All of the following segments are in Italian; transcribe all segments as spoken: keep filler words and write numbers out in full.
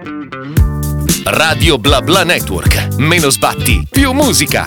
Radio Bla Bla Network. Meno sbatti, più musica.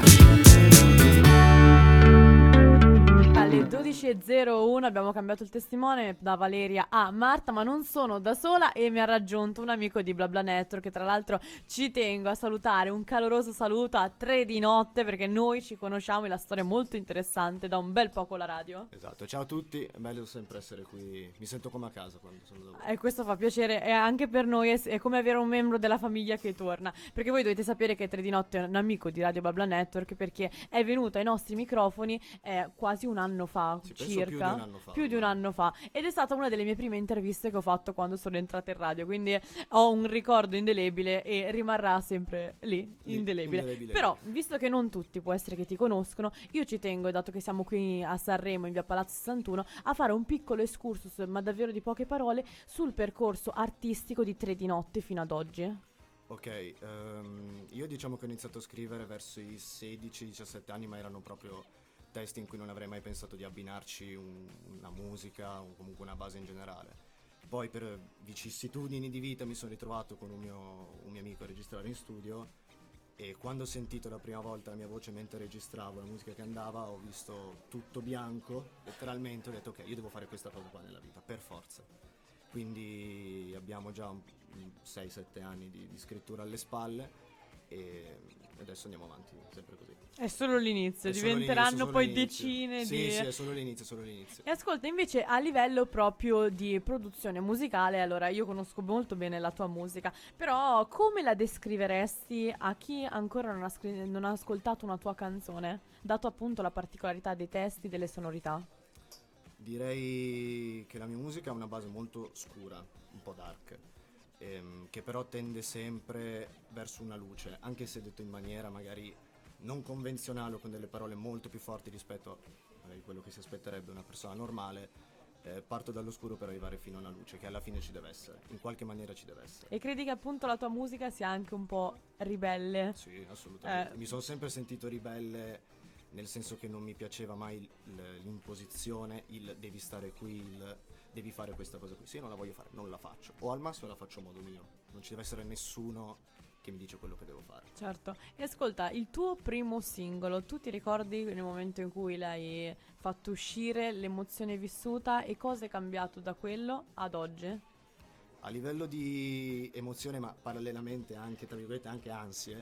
Alle dodici e zero uno abbiamo cambiato il testimone da Valeria a Marta, ma non sono da sola e mi ha raggiunto un amico di Bla Bla Network, che tra l'altro ci tengo a salutare. Un caloroso saluto a tre di notte, perché noi ci conosciamo e la storia è molto interessante da un bel po' con la radio. Esatto, ciao a tutti, è bello sempre essere qui, mi sento come a casa quando sono da voi. E questo fa piacere, e anche per noi è, è come avere un membro della famiglia che torna, perché voi dovete sapere che tre di notte è un amico di Radio Bla Bla Network, perché è venuto ai nostri microfoni eh, quasi un anno fa, Sì, penso circa più di un anno fa, più di un anno fa, ed è stata una delle mie prime interviste che ho fatto quando sono entrata in radio, quindi ho un ricordo indelebile e rimarrà sempre lì, Lì, indelebile. indelebile. Però, visto che non tutti può essere che ti conoscono, io ci tengo, dato che siamo qui a Sanremo in via Palazzo sessantuno, a fare un piccolo excursus, ma davvero di poche parole, sul percorso artistico di Tre di notte fino ad oggi. Ok, ehm, io diciamo che ho iniziato a scrivere verso i sedici diciassette anni, ma erano proprio testi in cui non avrei mai pensato di abbinarci un- una musica o comunque una base in generale. Poi per vicissitudini di vita mi sono ritrovato con un mio, un mio amico a registrare in studio, e quando ho sentito la prima volta la mia voce mentre registravo la musica che andava, ho visto tutto bianco, letteralmente ho detto ok, io devo fare questa cosa qua nella vita, per forza. Quindi abbiamo già sei sette anni di, di scrittura alle spalle, e adesso andiamo avanti sempre così. È solo l'inizio, È solo diventeranno l'inizio, solo poi l'inizio. decine sì, di... Sì, è solo l'inizio, solo l'inizio. E ascolta, invece a livello proprio di produzione musicale, allora io conosco molto bene la tua musica, però come la descriveresti a chi ancora non ha, scri- non ha ascoltato una tua canzone, dato appunto la particolarità dei testi, delle sonorità? Direi che la mia musica ha una base molto scura, un po' dark, ehm, che però tende sempre verso una luce, anche se detto in maniera magari non convenzionale o con delle parole molto più forti rispetto a magari quello che si aspetterebbe una persona normale. Eh, parto dall'oscuro per arrivare fino alla luce, che alla fine ci deve essere, in qualche maniera ci deve essere. E credi che appunto la tua musica sia anche un po' ribelle? Sì, assolutamente. Eh. Mi sono sempre sentito ribelle, nel senso che non mi piaceva mai l- l'imposizione, il devi stare qui, il devi fare questa cosa qui. Se io non la voglio fare, non la faccio. O al massimo la faccio a modo mio. Non ci deve essere nessuno che mi dice quello che devo fare. Certo. E ascolta, il tuo primo singolo, tu ti ricordi nel momento in cui l'hai fatto uscire, l'emozione vissuta e cosa è cambiato da quello ad oggi? A livello di emozione, ma parallelamente anche, tra virgolette, anche ansie,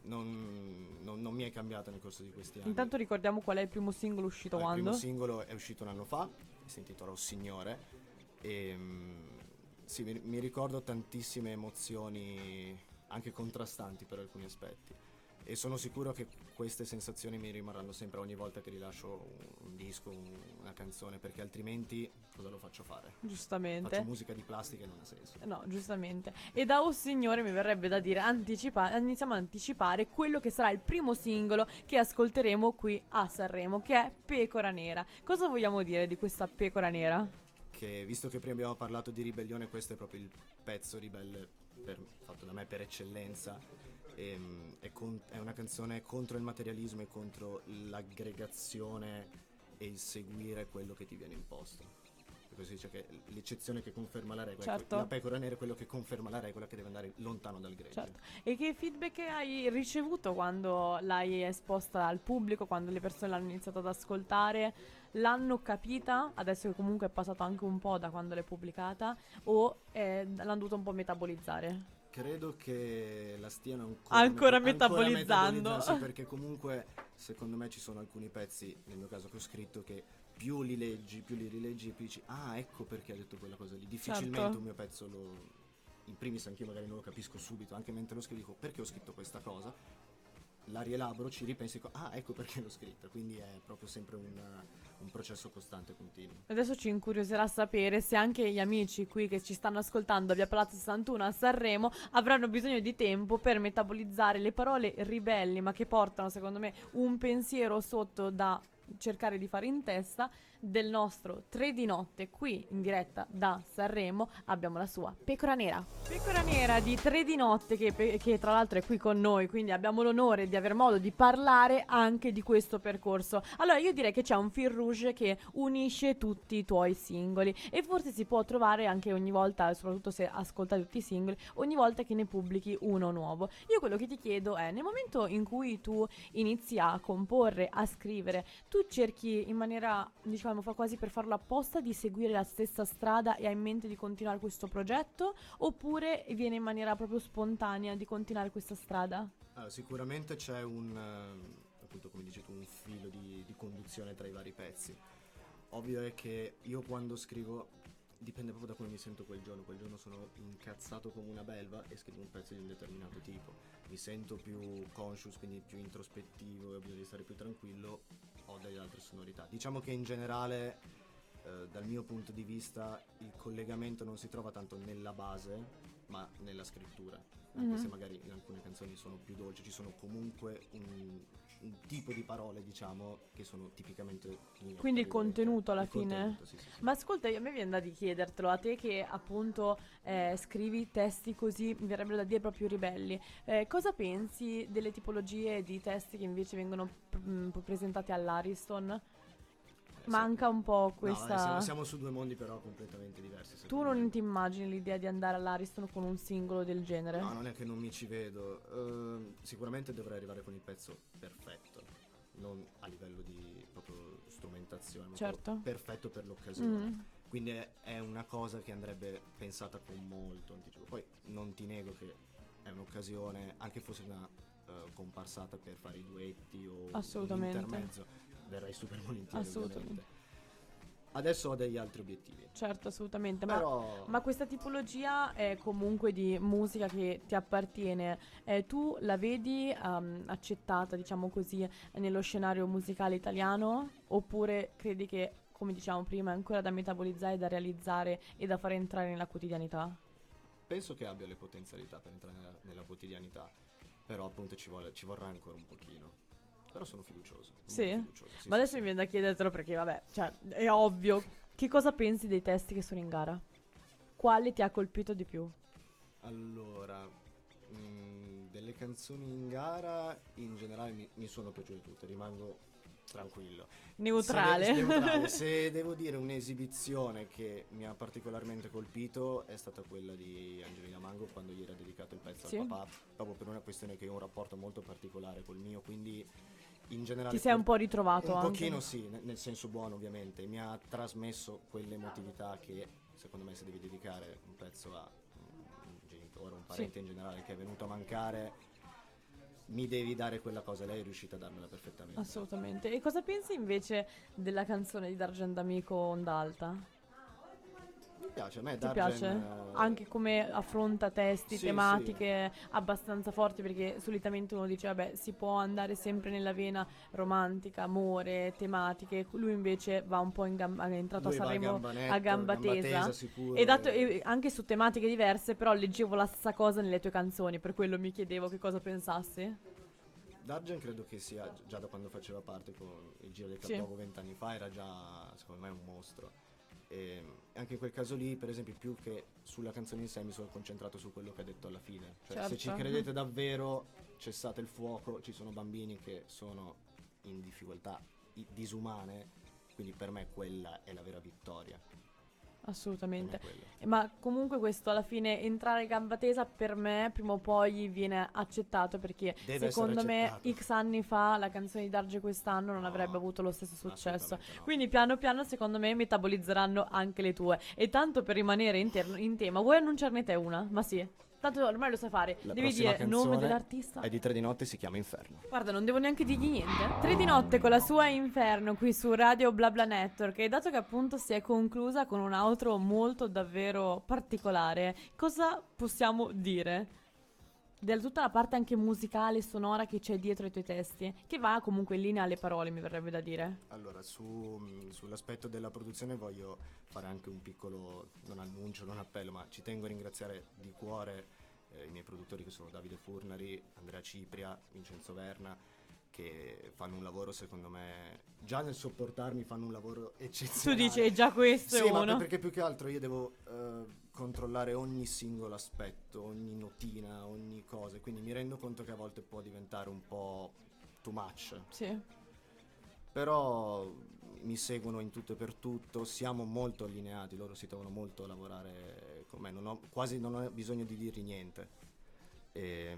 non, non, non mi è cambiato nel corso di questi anni. Intanto ricordiamo qual è il primo singolo uscito Allora, quando? il primo singolo è uscito un anno fa, si intitola O Signore, e mm, sì, mi, mi ricordo tantissime emozioni, anche contrastanti per alcuni aspetti, e sono sicuro che queste sensazioni mi rimarranno sempre ogni volta che rilascio un, un disco, un, una canzone, perché altrimenti cosa lo faccio fare? Giustamente. Faccio musica di plastica e non ha senso. No, giustamente. E da O Signore mi verrebbe da dire, anticipa- iniziamo a anticipare quello che sarà il primo singolo che ascolteremo qui a Sanremo, che è Pecora Nera. Cosa vogliamo dire di questa Pecora Nera? Che visto che prima abbiamo parlato di ribellione, questo è proprio il pezzo ribelle per, fatto da me per eccellenza. Ehm, è, con, è una canzone contro il materialismo e contro l'aggregazione e il seguire quello che ti viene imposto. Così dice che l'eccezione che conferma la regola, Certo. la pecora nera è quello che conferma la regola, che deve andare lontano dal gregge. Certo. E che feedback hai ricevuto quando l'hai esposta al pubblico, quando le persone l'hanno iniziato ad ascoltare? L'hanno capita, adesso che comunque è passato anche un po' da quando l'hai pubblicata, o eh, l'hanno dovuto un po' metabolizzare? Credo che la stiano ancora, Ancora meta- ancora metabolizzando. metabolizzando, sì, perché comunque secondo me ci sono alcuni pezzi, nel mio caso che ho scritto, che più li leggi, più li rileggi e più dici ah, ecco perché ha detto quella cosa lì. Difficilmente Certo. un mio pezzo lo, in primis anch'io magari non lo capisco subito, anche mentre lo scrivo dico perché ho scritto questa cosa, la rielaboro, ci ripenso e dico ah, ecco perché l'ho scritta. Quindi è proprio sempre un, un processo costante e continuo. Adesso ci incuriosirà sapere se anche gli amici qui che ci stanno ascoltando a via Palazzo sessantuno a Sanremo avranno bisogno di tempo per metabolizzare le parole ribelli, ma che portano secondo me un pensiero sotto da cercare di fare in testa, del nostro tre di notte qui in diretta da Sanremo abbiamo la sua Pecora Nera. Pecora Nera di tre di notte che, che tra l'altro è qui con noi, quindi abbiamo l'onore di aver modo di parlare anche di questo percorso. Allora io direi che c'è un fil rouge che unisce tutti i tuoi singoli e forse si può trovare anche ogni volta, soprattutto se ascoltai tutti i singoli, ogni volta che ne pubblichi uno nuovo. Io quello che ti chiedo è, nel momento in cui tu inizi a comporre, a scrivere, tu cerchi in maniera, diciamo, fa quasi per farlo apposta, di seguire la stessa strada e hai in mente di continuare questo progetto, oppure viene in maniera proprio spontanea di continuare questa strada? Allora, sicuramente c'è un, eh, appunto come dici tu, un filo di, di conduzione tra i vari pezzi. Ovvio è che io quando scrivo dipende proprio da come mi sento quel giorno. Quel giorno sono incazzato come una belva e scrivo un pezzo di un determinato tipo. Mi sento più conscious, quindi più introspettivo e ho bisogno di stare più tranquillo, ho delle altre sonorità. Diciamo che in generale, eh, dal mio punto di vista, il collegamento non si trova tanto nella base, ma nella scrittura. Anche Mhm. se magari in alcune canzoni sono più dolci, ci sono comunque un, un tipo di parole, diciamo, che sono tipicamente mie. Quindi il tra virgolette. contenuto alla Il fine? contenuto, sì, sì, sì. Ma ascolta, a me viene da di chiedertelo, a te che appunto eh, scrivi testi così, mi verrebbero da dire proprio ribelli, eh, cosa pensi delle tipologie di testi che invece vengono pr- mh, presentati all'Ariston? Eh, Manca un po' No, vabbè, questa... siamo, siamo su due mondi però completamente diversi. Tu secondo me. non ti immagini l'idea di andare all'Ariston con un singolo del genere? No, non è che non mi ci vedo. Ehm, sicuramente dovrei arrivare con il pezzo perfetto, non a livello di proprio strumentazione, ma Certo. proprio perfetto per l'occasione. Mm. Quindi è, è una cosa che andrebbe pensata con molto anticipo. Poi non ti nego che è un'occasione, anche fosse una eh, comparsata per fare i duetti o Assolutamente. un intermezzo, verrei super volentieri. Assolutamente. ovviamente. Adesso ho degli altri obiettivi. Certo, assolutamente, ma... Però Ma questa tipologia è comunque di musica che ti appartiene, eh, tu la vedi ehm, accettata, diciamo così, nello scenario musicale italiano? Oppure credi che, come diciamo prima, è ancora da metabolizzare, da realizzare e da fare entrare nella quotidianità? penso che abbia le potenzialità per entrare nella, nella quotidianità, però appunto ci, vuole, ci vorrà ancora un pochino. Però sono fiducioso. Sì? molto fiducioso, sì, Ma sì, adesso sì. mi viene da chiedertelo perché, vabbè, cioè, è ovvio. Che cosa pensi dei testi che sono in gara? Quale ti ha colpito di più? Allora, mh, delle canzoni in gara in generale mi, mi sono piaciute tutte, rimango tranquillo. Neutrale. Se, de- neutrale. Se devo dire un'esibizione che mi ha particolarmente colpito è stata quella di Angelina Mango quando gli era dedicato il pezzo Sì. al papà, proprio per una questione che io ho un rapporto molto particolare col mio, quindi in generale... Ti sei un per- po' ritrovato un anche? pochino sì, ne- nel senso buono ovviamente, mi ha trasmesso quell'emotività che secondo me se devi dedicare un pezzo a un genitore, un parente in generale che è venuto a mancare, mi devi dare quella cosa, lei è riuscita a darmela perfettamente. Assolutamente. E cosa pensi invece della canzone di Dargen D'Amico Onda Alta? Mi piace, a me Ti Dargen, piace? eh, Anche come affronta testi, sì, tematiche abbastanza forti, perché solitamente uno dice, vabbè, si può andare sempre nella vena romantica, amore, tematiche. Lui invece va un po' in gamba, è entrato lui a va Sanremo gamba netta, a gamba gamba tesa. sicuro, E dato, e- e anche su tematiche diverse, però leggevo la stessa cosa nelle tue canzoni, per quello mi chiedevo che cosa pensassi. Dargen credo che sia già da quando faceva parte con il Giro del Sì. Cartogo vent'anni fa, era già secondo me un mostro. E anche in quel caso lì, per esempio, più che sulla canzone in sé mi sono concentrato su quello che ha detto alla fine. Cioè, Certo. se ci credete davvero, cessate il fuoco, ci sono bambini che sono in difficoltà i- disumane, quindi per me quella è la vera vittoria. Per me Assolutamente. è quella. Ma comunque questo alla fine entrare a gamba tesa per me prima o poi viene accettato, perché Deve secondo essere me accettato. X anni fa la canzone di Darge quest'anno non No, avrebbe avuto lo stesso successo. assolutamente no. Quindi piano piano secondo me metabolizzeranno anche le tue. E tanto per rimanere in, ter- in tema, vuoi annunciarne te una? Ma sì. Tanto ormai lo sai fare. La Devi prossima dire nome canzone dell'artista. è di Tre di notte, si chiama Inferno. Guarda, non devo neanche dirgli niente. Tre di notte con la sua Inferno qui su Radio BlaBla Network. E dato che appunto si è conclusa con un outro molto davvero particolare, cosa possiamo dire? Della tutta la parte anche musicale, sonora che c'è dietro ai tuoi testi, che va comunque in linea alle parole, mi verrebbe da dire. Allora, su, mh, sull'aspetto della produzione voglio fare anche un piccolo, non annuncio, non appello, ma ci tengo a ringraziare di cuore eh, i miei produttori che sono Davide Furnari, Andrea Cipria, Vincenzo Verna, che fanno un lavoro, secondo me, già nel sopportarmi fanno un lavoro Tu eccezionale. dici è già questo Sì, è ma uno. perché più che altro io devo eh, controllare ogni singolo aspetto, ogni notina, ogni cosa, quindi mi rendo conto che a volte può diventare un po' too much. Sì. Però mi seguono in tutto e per tutto, siamo molto allineati, loro si trovano molto a lavorare con me, non ho, quasi non ho bisogno di dirgli niente. E,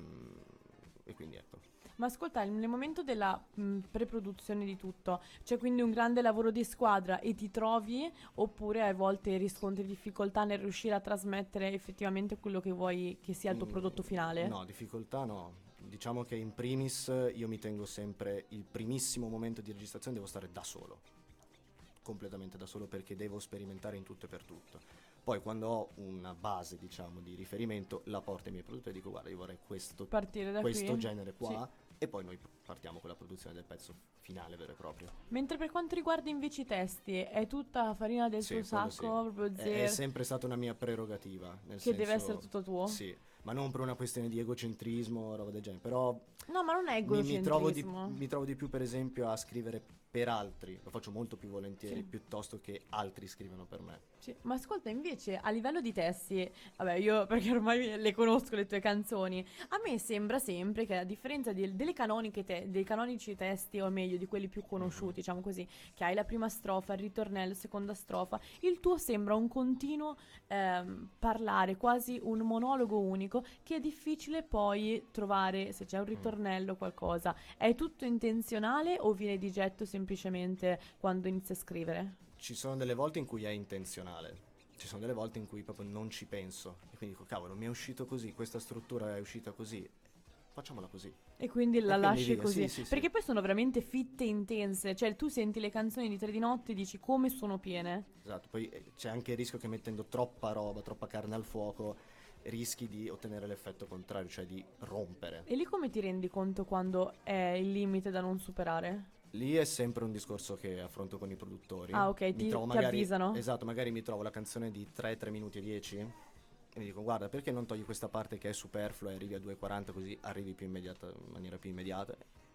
e quindi ecco. Ma ascolta, nel momento della mh, pre-produzione di tutto, c'è quindi un grande lavoro di squadra e ti trovi, oppure a volte riscontri difficoltà nel riuscire a trasmettere effettivamente quello che vuoi che sia il tuo Mm, prodotto finale? No, difficoltà no. Diciamo che in primis io mi tengo sempre il primissimo momento di registrazione, devo stare da solo, completamente da solo, perché devo sperimentare in tutto e per tutto. Poi quando ho una base, diciamo, di riferimento, la porto ai miei produttori e dico guarda, io vorrei questo, Partire da questo qui? genere qua, Sì. e poi noi partiamo con la produzione del pezzo finale vero e proprio. Mentre per quanto riguarda invece i testi, è tutta farina del Sì, tuo quello sacco, sì. proprio È, zero, è sempre stata una mia prerogativa, nel che deve senso- essere tutto tuo? Sì, ma non per una questione di egocentrismo o roba del genere, però No, ma non è mi, mi, trovo di, egocentrismo. mi trovo di più per esempio a scrivere per altri, lo faccio molto più volentieri, Sì. piuttosto che altri scrivano per me. Sì, ma ascolta, invece a livello di testi, vabbè, io perché ormai le conosco le tue canzoni, a me sembra sempre che a differenza di- delle canoniche te- dei canonici testi, o meglio di quelli più conosciuti, diciamo così, che hai la prima strofa, il ritornello, seconda strofa, il tuo sembra un continuo ehm, parlare, quasi un monologo unico, che è difficile poi trovare, se c'è un ritornello, qualcosa. È tutto intenzionale o viene di getto semplicemente quando inizi a scrivere? Ci sono delle volte in cui è intenzionale, ci sono delle volte in cui proprio non ci penso e quindi dico cavolo, mi è uscito così, questa struttura è uscita così, facciamola così. E quindi la quindi lasci via, così. sì, sì, sì. Perché poi sono veramente fitte e intense. Cioè, tu senti le canzoni di Tre di Notte e dici come sono piene. Esatto, poi eh, c'è anche il rischio che mettendo troppa roba, troppa carne al fuoco, rischi di ottenere l'effetto contrario, cioè di rompere. E lì come ti rendi conto quando è il limite da non superare? Lì è sempre un discorso che affronto con i produttori. Ah, ok, Mi ti- trovo ti magari- avvisano? Esatto, magari mi trovo la canzone di tre, tre minuti e dieci e mi dico guarda, perché non togli questa parte che è superflua e arrivi a due e quaranta così arrivi più immediata, in maniera più immediata.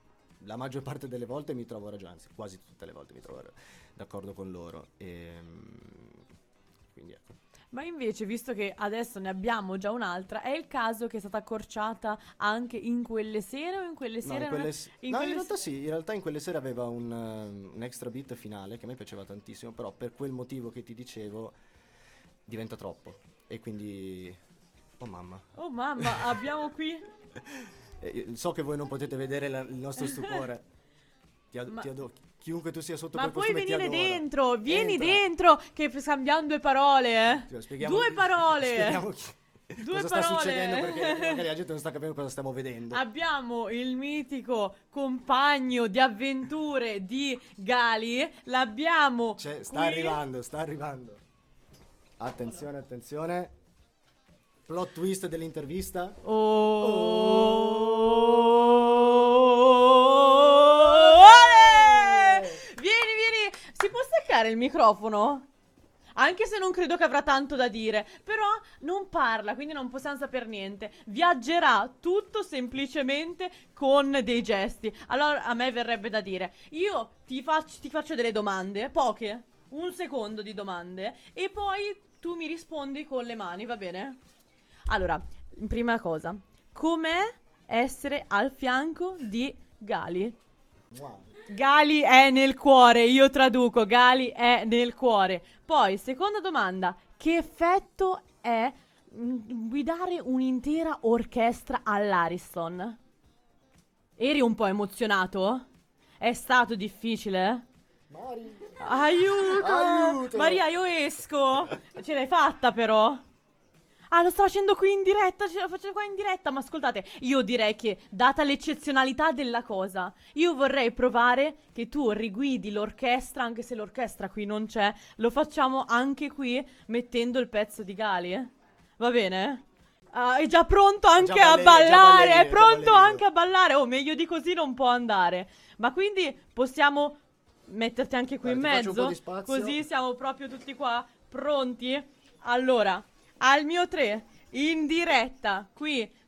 La maggior parte delle volte mi trovo ragione, anzi quasi tutte le volte mi trovo d'accordo con loro. E, quindi ecco. Ma invece, visto che adesso ne abbiamo già un'altra, è il caso che è stata accorciata anche in quelle sere o in quelle No, sere? in, non quelle è- se- in no, in quelle realtà se- sì, in realtà in quelle sere aveva un, um, un extra beat finale che a me piaceva tantissimo, però per quel motivo che ti dicevo diventa troppo. E quindi... Oh mamma. Oh mamma, abbiamo qui... Eh, io so che voi non potete vedere la- il nostro stupore. Ti ad- Ma- ti adoro. Chiunque tu sia sotto Ma quel puoi costume ti venire adora. dentro, vieni Entra. dentro, che f- scambiamo due parole, eh. Cioè, spieghiamo- Due parole. Spieghiamo chi- Due cosa sta parole. succedendo, perché magari la gente non sta capendo cosa stiamo vedendo. Abbiamo il mitico compagno di avventure di Gali. L'abbiamo Cioè, sta qui. arrivando, sta arrivando. Attenzione, attenzione. Plot twist dell'intervista. Oh, Ale! Vieni, vieni. Si può staccare il microfono? Anche se non credo che avrà tanto da dire. Però non parla, quindi non possiamo sapere niente. Viaggerà tutto semplicemente con dei gesti. Allora a me verrebbe da dire: io ti faccio, ti faccio delle domande, poche, un secondo di domande, e poi tu mi rispondi con le mani, va bene? Allora, prima cosa, com'è essere al fianco di Gali? Wow. Gali è nel cuore, io traduco, Gali è nel cuore. Poi, seconda domanda, che effetto è mm, guidare un'intera orchestra all'Ariston? Eri un po' emozionato? È stato difficile? Mari. Aiuto! Aiuto! Maria, io esco! Ce l'hai fatta però? Ah, lo sto facendo qui in diretta, ce lo faccio qua in diretta. Ma ascoltate, io direi che, data l'eccezionalità della cosa, io vorrei provare che tu riguidi l'orchestra, anche se l'orchestra qui non c'è. Lo facciamo anche qui, mettendo il pezzo di Gali, eh? Va bene? Ah, è già pronto anche già a ballerino, è già ballare, ballerino, è è già pronto ballerino. anche a ballare. Oh, meglio di così non può andare. Ma quindi possiamo metterti anche qui in Guarda, ti faccio un mezzo? po' di spazio. Così siamo proprio tutti qua pronti. Allora, al mio tre, in diretta, qui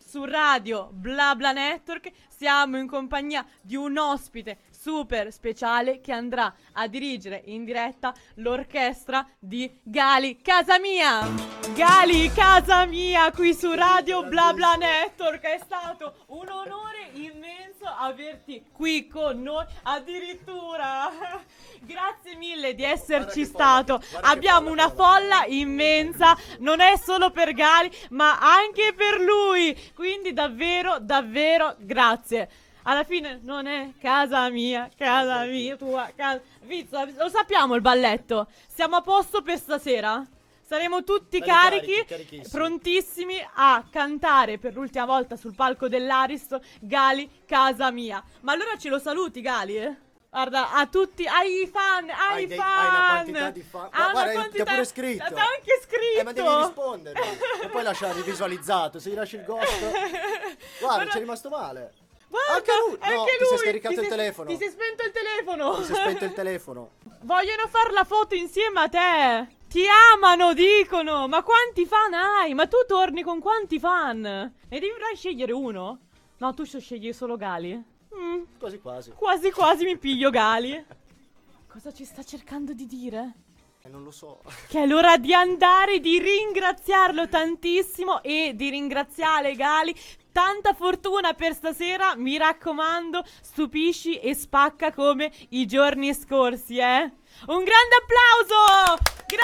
su Radio BlaBla Network. Siamo in compagnia di un ospite super speciale che andrà a dirigere in diretta l'orchestra di Gali Casamia. Gali Casamia qui su Radio BlaBla Network. È stato un onore immenso averti qui con noi, addirittura. Grazie mille di esserci stato. Abbiamo una folla immensa, non è solo per Gali ma anche per lui, quindi davvero davvero grazie. Alla fine non è casa mia, casa mia, tua casa. Vizzo, lo sappiamo il balletto. Siamo a posto per stasera? Saremo tutti Belli carichi, carichi prontissimi a cantare per l'ultima volta sul palco dell'Aristo Gali Casa Mia. Ma allora ce lo saluti, Gali? Eh? Guarda, a tutti, ai fan, ai Hai dei- fan. hai una quantità di fan. Ha Ma una guarda, quantità- ti ha pure scritto. T'ha anche scritto. Eh, ma devi rispondere. E poi lasciare visualizzato. Se gli lasci il ghost. Guarda, ci è rimasto male. Guarda, Anche lui. No, anche ti sei lui. scaricato Ti il sei- telefono. Ti sei spento il telefono. Ti si è spento il telefono. Vogliono fare la foto insieme a te. Ti amano, dicono. Ma quanti fan hai? Ma tu torni con quanti fan? Ne dovrai scegliere uno? No, tu scegli solo Gali. Mm, Quasi quasi. quasi quasi mi piglio Gali. Cosa ci sta cercando di dire? Eh, non lo so. Che è l'ora di andare, di ringraziarlo tantissimo e di ringraziare Gali. Tanta fortuna per stasera, mi raccomando, stupisci e spacca come i giorni scorsi, eh? Un grande applauso!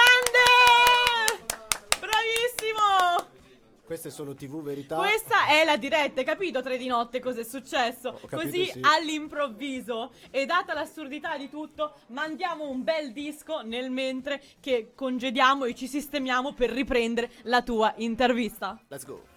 Grande! Bravissimo! Questa è solo tivù verità. Questa è la diretta, hai capito tre di notte cosa è successo? Ho capito, Così sì. all'improvviso, e data l'assurdità di tutto, mandiamo un bel disco nel mentre che congediamo e ci sistemiamo per riprendere la tua intervista. Let's go.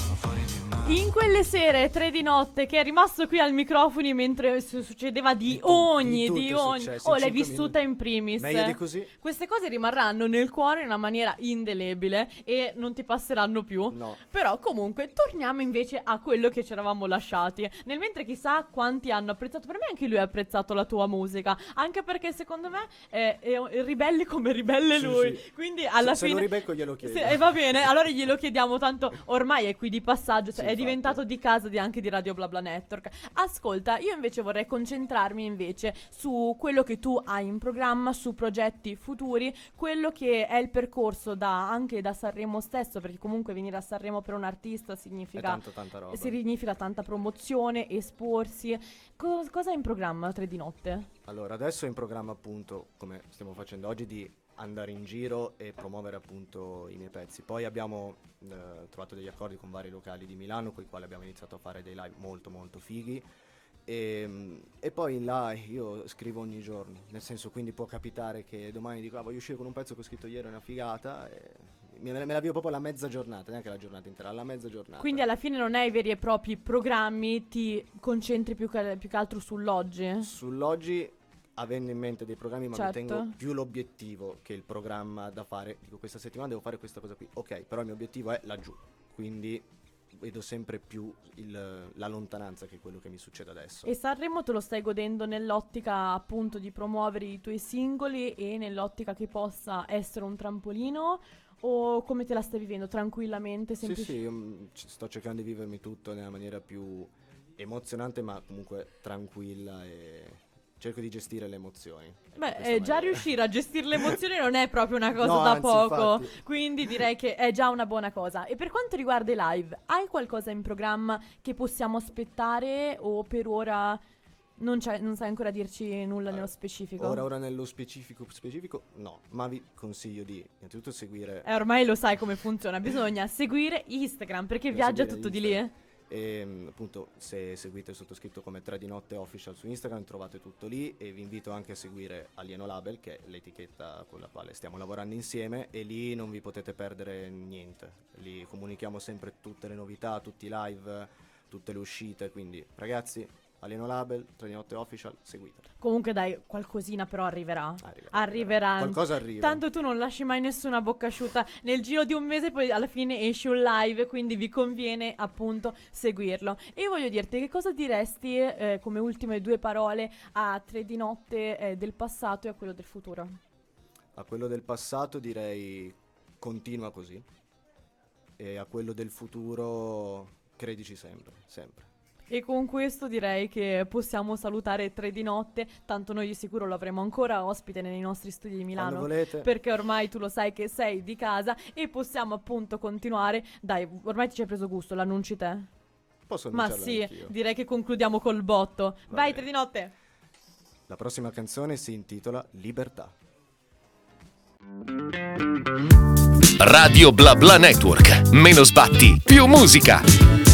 In quelle sere, tre di notte, che è rimasto qui al microfono mentre su- succedeva di, Di tu- ogni, di tutto di è ogni. successo, Oh, in l'hai cinque vissuta minuti. in primis. Meglio di così? Queste cose rimarranno nel cuore in una maniera indelebile e non ti passeranno più. No. Però comunque torniamo invece a quello che ci eravamo lasciati. Nel mentre chissà quanti hanno apprezzato. Per me anche lui ha apprezzato la tua musica. Anche perché secondo me è, è un- è ribelle come ribelle Sì, lui. sì. Quindi alla se, fine... Se lo ribecco glielo chiedo. Se- e va bene, allora glielo chiediamo, tanto ormai è qui di passaggio, cioè Sì, è infatti. diventato di casa di anche di Radio BlaBla Network. Ascolta, io invece vorrei concentrarmi invece su quello che tu hai in programma, su progetti futuri, quello che è il percorso da, anche da Sanremo stesso, perché comunque venire a Sanremo per un artista È significa, tanto, tanta roba. significa tanta promozione, esporsi. Co- cosa hai in programma tre di notte? Allora, adesso è in programma appunto, come stiamo facendo oggi, di andare in giro e promuovere appunto i miei pezzi. Poi abbiamo eh, trovato degli accordi con vari locali di Milano, con i quali abbiamo iniziato a fare dei live molto molto fighi. E, e poi in là io scrivo ogni giorno, nel senso, quindi può capitare che domani dico ah, voglio uscire con un pezzo che ho scritto ieri, è una figata, e me, me la vivo proprio la mezza giornata, neanche la giornata intera, la mezza giornata. Quindi alla fine non hai veri e propri programmi, ti concentri più che, più che altro sull'oggi? Sull'oggi, avendo in mente dei programmi, ma Certo. mi tengo più l'obiettivo che il programma da fare. Dico, questa settimana devo fare questa cosa qui. Ok, però il mio obiettivo è laggiù. Quindi vedo sempre più il- la lontananza che quello che mi succede adesso. E Sanremo te lo stai godendo nell'ottica appunto di promuovere i tuoi singoli e nell'ottica che possa essere un trampolino, o come te la stai vivendo? Tranquillamente, Sì, semplici- sì, io mm, ci- sto cercando di vivermi tutto nella maniera più emozionante, ma comunque tranquilla, e cerco di gestire le emozioni. Ecco, Beh, questa eh, già maniera. riuscire a gestire le emozioni non è proprio una cosa No, da anzi, poco, infatti. quindi direi che è già una buona cosa. E per quanto riguarda i live, hai qualcosa in programma che possiamo aspettare o per ora non, c'è, non sai ancora dirci nulla nello specifico? Ora, ora nello specifico, specifico, no, ma vi consiglio di innanzitutto seguire. Eh, ormai lo sai come funziona, bisogna seguire Instagram perché viaggia seguire tutto di Instagram. lì. E mh, appunto, se seguite il sottoscritto come tre di notte official su Instagram trovate tutto lì, e vi invito anche a seguire Alieno Label, che è l'etichetta con la quale stiamo lavorando insieme, e lì non vi potete perdere niente. Lì comunichiamo sempre tutte le novità, tutti i live, tutte le uscite, quindi ragazzi, Alieno Label, tre di notte official, seguitelo. Comunque dai, qualcosina però arriverà. Arriverà, Arriverà. Qualcosa arriva. Tanto tu non lasci mai nessuna bocca asciutta. Nel giro di un mese poi alla fine esce un live, quindi vi conviene appunto seguirlo. E io voglio dirti, che cosa diresti eh, come ultime due parole a tre di notte eh, del passato e a quello del futuro? A quello del passato direi continua così, e a quello del futuro che credici sempre, sempre. E con questo direi che possiamo salutare Tre di Notte, tanto noi di sicuro lo avremo ancora ospite nei nostri studi di Milano, Quando volete. perché ormai tu lo sai che sei di casa e possiamo appunto continuare. Dai, ormai ti ci hai preso gusto, l'annunci te? Posso Ma annunciarlo sì, anch'io. direi che concludiamo col botto. Va Vai bene. Tre di Notte! La prossima canzone si intitola Libertà. Radio Bla Bla Network. Meno sbatti, più musica.